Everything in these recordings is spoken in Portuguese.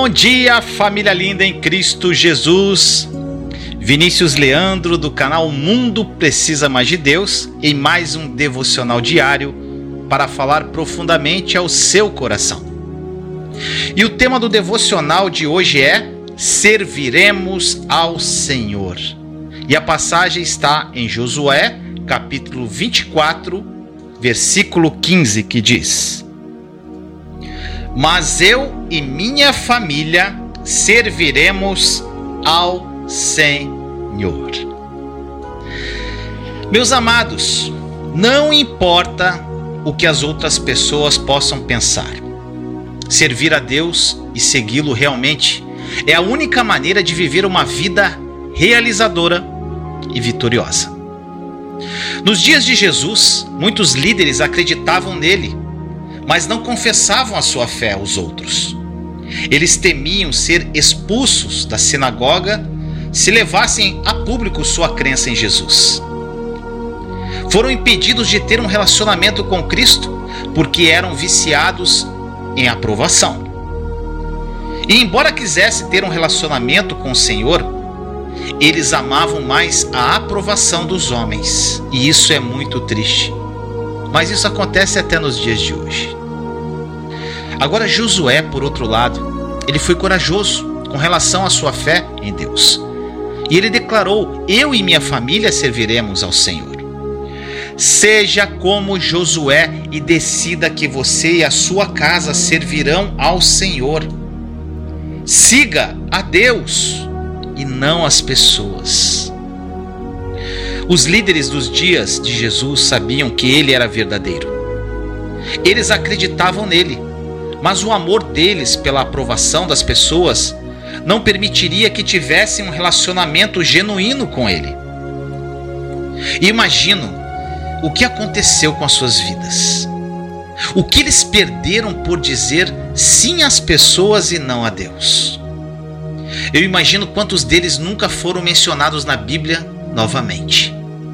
Bom dia, família linda em Cristo Jesus. Vinícius Leandro, do canal Mundo Precisa Mais de Deus, em mais um devocional diário para falar profundamente ao seu coração. E o tema do devocional de hoje é: serviremos ao Senhor. E a passagem está em Josué, capítulo 24, versículo 15, que diz: mas eu e minha família serviremos ao Senhor. Meus amados, não importa o que as outras pessoas possam pensar, servir a Deus e segui-lo realmente é a única maneira de viver uma vida realizadora e vitoriosa. Nos dias de Jesus, muitos líderes acreditavam nele, mas não confessavam a sua fé aos outros. Eles temiam ser expulsos da sinagoga se levassem a público sua crença em Jesus. Foram impedidos de ter um relacionamento com Cristo porque eram viciados em aprovação. E embora quisessem ter um relacionamento com o Senhor, eles amavam mais a aprovação dos homens. E isso é muito triste. Mas isso acontece até nos dias de hoje. Agora Josué, por outro lado, ele foi corajoso com relação à sua fé em Deus. E ele declarou: eu e minha família serviremos ao Senhor. Seja como Josué e decida que você e a sua casa servirão ao Senhor. Siga a Deus e não as pessoas. Os líderes dos dias de Jesus sabiam que ele era verdadeiro. Eles acreditavam nele, mas o amor deles pela aprovação das pessoas não permitiria que tivessem um relacionamento genuíno com ele. E imagino o que aconteceu com as suas vidas. O que eles perderam por dizer sim às pessoas e não a Deus. Eu imagino quantos deles nunca foram mencionados na Bíblia novamente.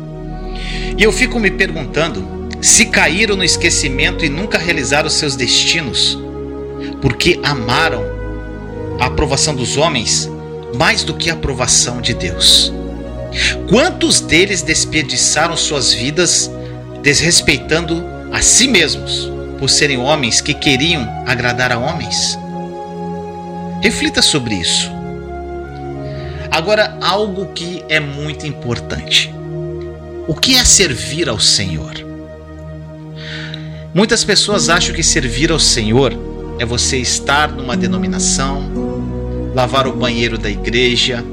E eu fico me perguntando se caíram no esquecimento e nunca realizaram seus destinos porque amaram a aprovação dos homens mais do que a aprovação de Deus. Quantos deles desperdiçaram suas vidas desrespeitando a si mesmos por serem homens que queriam agradar a homens? Reflita sobre isso. Agora, algo que é muito importante. O que é servir ao Senhor? Muitas pessoas acham que servir ao Senhor é você estar numa denominação, lavar o banheiro da igreja,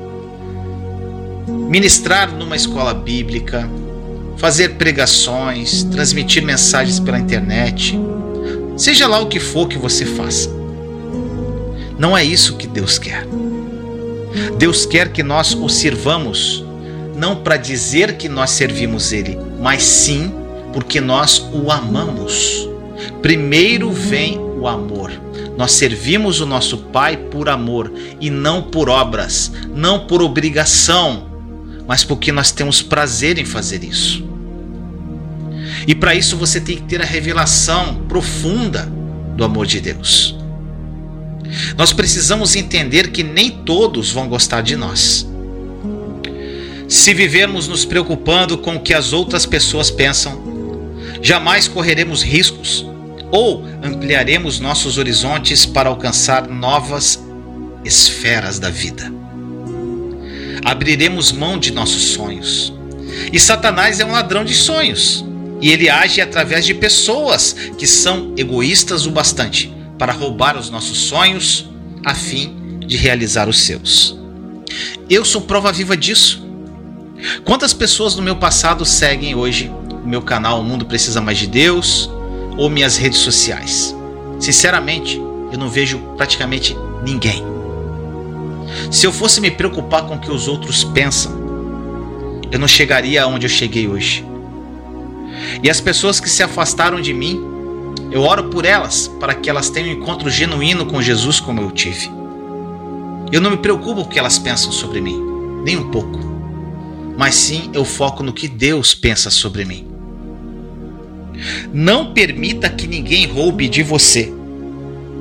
ministrar numa escola bíblica, fazer pregações, transmitir mensagens pela internet, seja lá o que for que você faça. Não é isso que Deus quer. Deus quer que nós o sirvamos, não para dizer que nós servimos Ele, mas sim porque nós o amamos. Primeiro vem o amor. Nós servimos o nosso Pai por amor e não por obras, não por obrigação, mas porque nós temos prazer em fazer isso. E para isso você tem que ter a revelação profunda do amor de Deus. Nós precisamos entender que nem todos vão gostar de nós. Se vivermos nos preocupando com o que as outras pessoas pensam, jamais correremos riscos ou ampliaremos nossos horizontes para alcançar novas esferas da vida. Abriremos mão de nossos sonhos. E Satanás é um ladrão de sonhos. E ele age através de pessoas que são egoístas o bastante para roubar os nossos sonhos a fim de realizar os seus. Eu sou prova viva disso. Quantas pessoas no meu passado seguem hoje o meu canal O Mundo Precisa Mais de Deus ou minhas redes sociais? Sinceramente, eu não vejo praticamente ninguém. Se eu fosse me preocupar com o que os outros pensam, eu não chegaria aonde eu cheguei hoje. E as pessoas que se afastaram de mim, eu oro por elas para que elas tenham um encontro genuíno com Jesus como eu tive. Eu não me preocupo com o que elas pensam sobre mim, nem um pouco. Mas sim eu foco no que Deus pensa sobre mim. Não permita que ninguém roube de você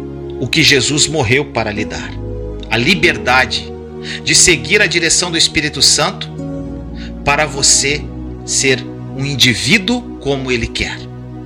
o que Jesus morreu para lhe dar: a liberdade de seguir a direção do Espírito Santo para você ser um indivíduo como Ele quer.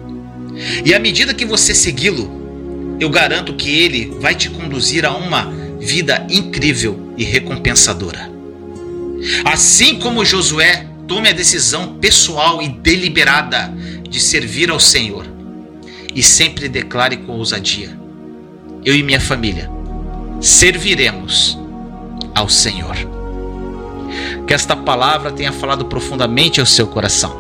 E à medida que você segui-lo, eu garanto que Ele vai te conduzir a uma vida incrível e recompensadora. Assim como Josué, tome a decisão pessoal e deliberada de servir ao Senhor e sempre declare com ousadia: eu e minha família serviremos ao Senhor. Que esta palavra tenha falado profundamente ao seu coração.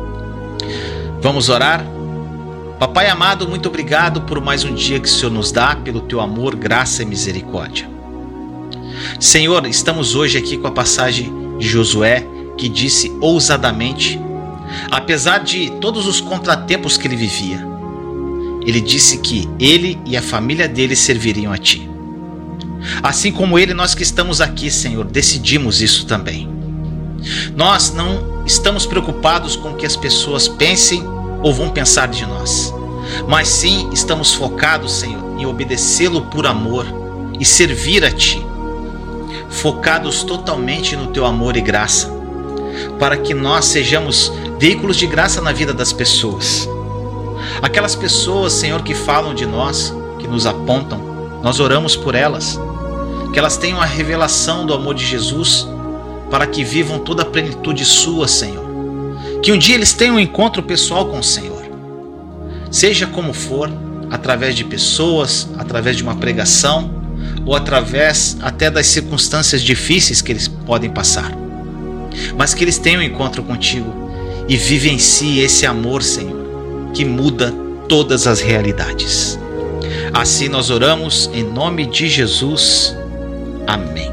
Vamos orar? Papai amado, muito obrigado por mais um dia que o Senhor nos dá, pelo teu amor, graça e misericórdia. Senhor, estamos hoje aqui com a passagem de Josué, que disse ousadamente, apesar de todos os contratempos que ele vivia, ele disse que ele e a família dele serviriam a ti. Assim como ele, nós que estamos aqui, Senhor, decidimos isso também. Nós não estamos preocupados com o que as pessoas pensem ou vão pensar de nós, mas sim estamos focados, Senhor, em obedecê-lo por amor e servir a ti, focados totalmente no teu amor e graça, para que nós sejamos veículos de graça na vida das pessoas. Aquelas pessoas, Senhor, que falam de nós, que nos apontam, nós oramos por elas, que elas tenham a revelação do amor de Jesus, para que vivam toda a plenitude sua, Senhor. Que um dia eles tenham um encontro pessoal com o Senhor. Seja como for, através de pessoas, através de uma pregação, ou através até das circunstâncias difíceis que eles podem passar. Mas que eles tenham um encontro contigo e vivenciem esse amor, Senhor, que muda todas as realidades. Assim nós oramos em nome de Jesus. Amém.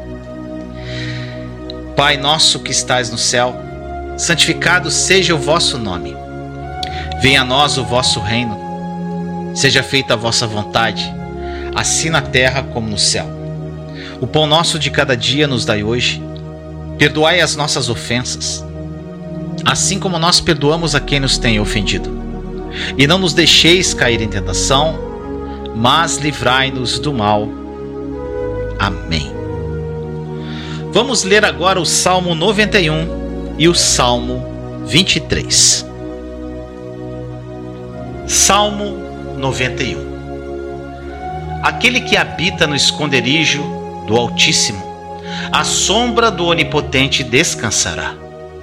Pai nosso que estais no céu, santificado seja o vosso nome. Venha a nós o vosso reino. Seja feita a vossa vontade, assim na terra como no céu. O pão nosso de cada dia nos dai hoje. Perdoai as nossas ofensas, assim como nós perdoamos a quem nos tem ofendido. E não nos deixeis cair em tentação, mas livrai-nos do mal. Amém. Vamos ler agora o Salmo 91 e o Salmo 23. Salmo 91. Aquele que habita no esconderijo do Altíssimo, à sombra do Onipotente descansará.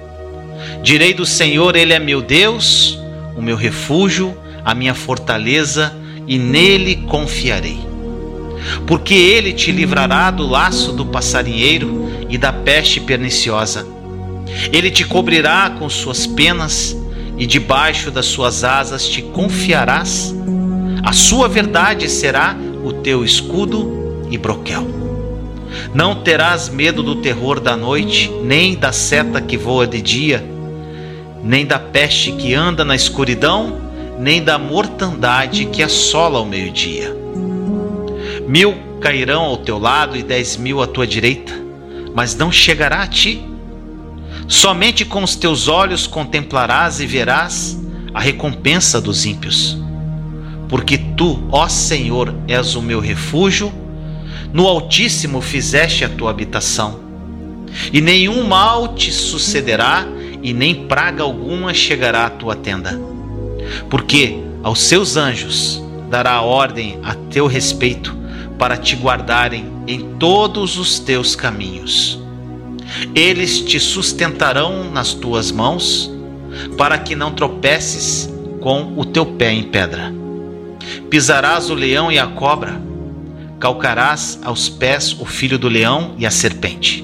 Direi do Senhor, Ele é meu Deus, o meu refúgio, a minha fortaleza, e nele confiarei. Porque Ele te livrará do laço do passarinheiro e da peste perniciosa. Ele te cobrirá com suas penas, e debaixo das suas asas te confiarás. A sua verdade será o teu escudo e broquel. Não terás medo do terror da noite, nem da seta que voa de dia, nem da peste que anda na escuridão, nem da mortandade que assola ao meio-dia. 1000 cairão ao teu lado e 10.000 à tua direita, mas não chegará a ti. Somente com os teus olhos contemplarás e verás a recompensa dos ímpios. Porque tu, ó Senhor, és o meu refúgio, no Altíssimo fizeste a tua habitação. E nenhum mal te sucederá, e nem praga alguma chegará à tua tenda. Porque aos seus anjos dará ordem a teu respeito, para te guardarem em todos os teus caminhos. Eles te sustentarão nas tuas mãos, para que não tropeces com o teu pé em pedra. Pisarás o leão e a cobra, calcarás aos pés o filho do leão e a serpente.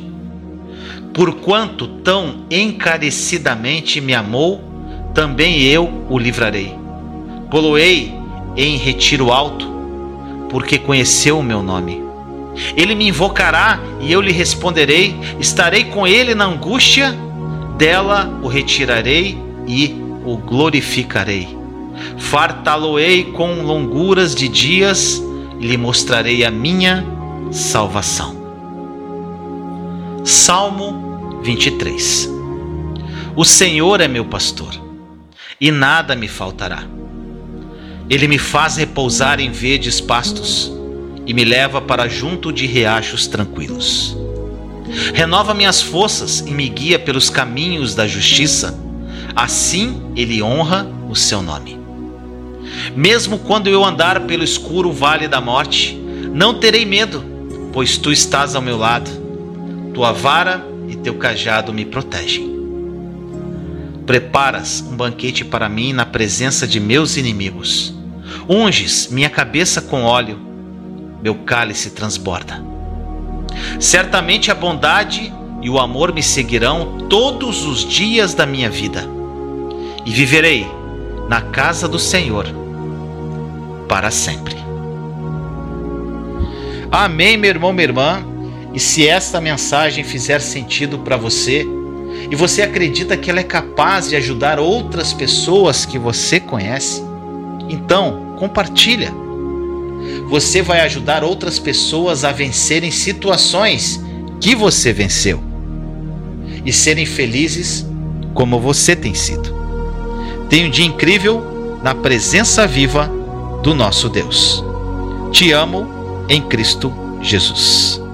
Porquanto tão encarecidamente me amou, também eu o livrarei. Pô-lo-ei em retiro alto, porque conheceu o meu nome. Ele me invocará e eu lhe responderei. Estarei com ele na angústia, dela o retirarei e o glorificarei. Fartá-lo-ei com longuras de dias e lhe mostrarei a minha salvação. Salmo 23. O Senhor é meu pastor, e nada me faltará. Ele me faz repousar em verdes pastos, e me leva para junto de riachos tranquilos. Renova minhas forças e me guia pelos caminhos da justiça, assim ele honra o seu nome. Mesmo quando eu andar pelo escuro vale da morte, não terei medo, pois tu estás ao meu lado. Tua vara e teu cajado me protegem. Preparas um banquete para mim na presença de meus inimigos. Unges minha cabeça com óleo, meu cálice transborda. Certamente a bondade e o amor me seguirão todos os dias da minha vida, e viverei na casa do Senhor para sempre. Amém, meu irmão, minha irmã. E se esta mensagem fizer sentido para você, e você acredita que ela é capaz de ajudar outras pessoas que você conhece, então compartilha. Você vai ajudar outras pessoas a vencerem situações que você venceu e serem felizes como você tem sido. Tenha um dia incrível na presença viva do nosso Deus. Te amo em Cristo Jesus.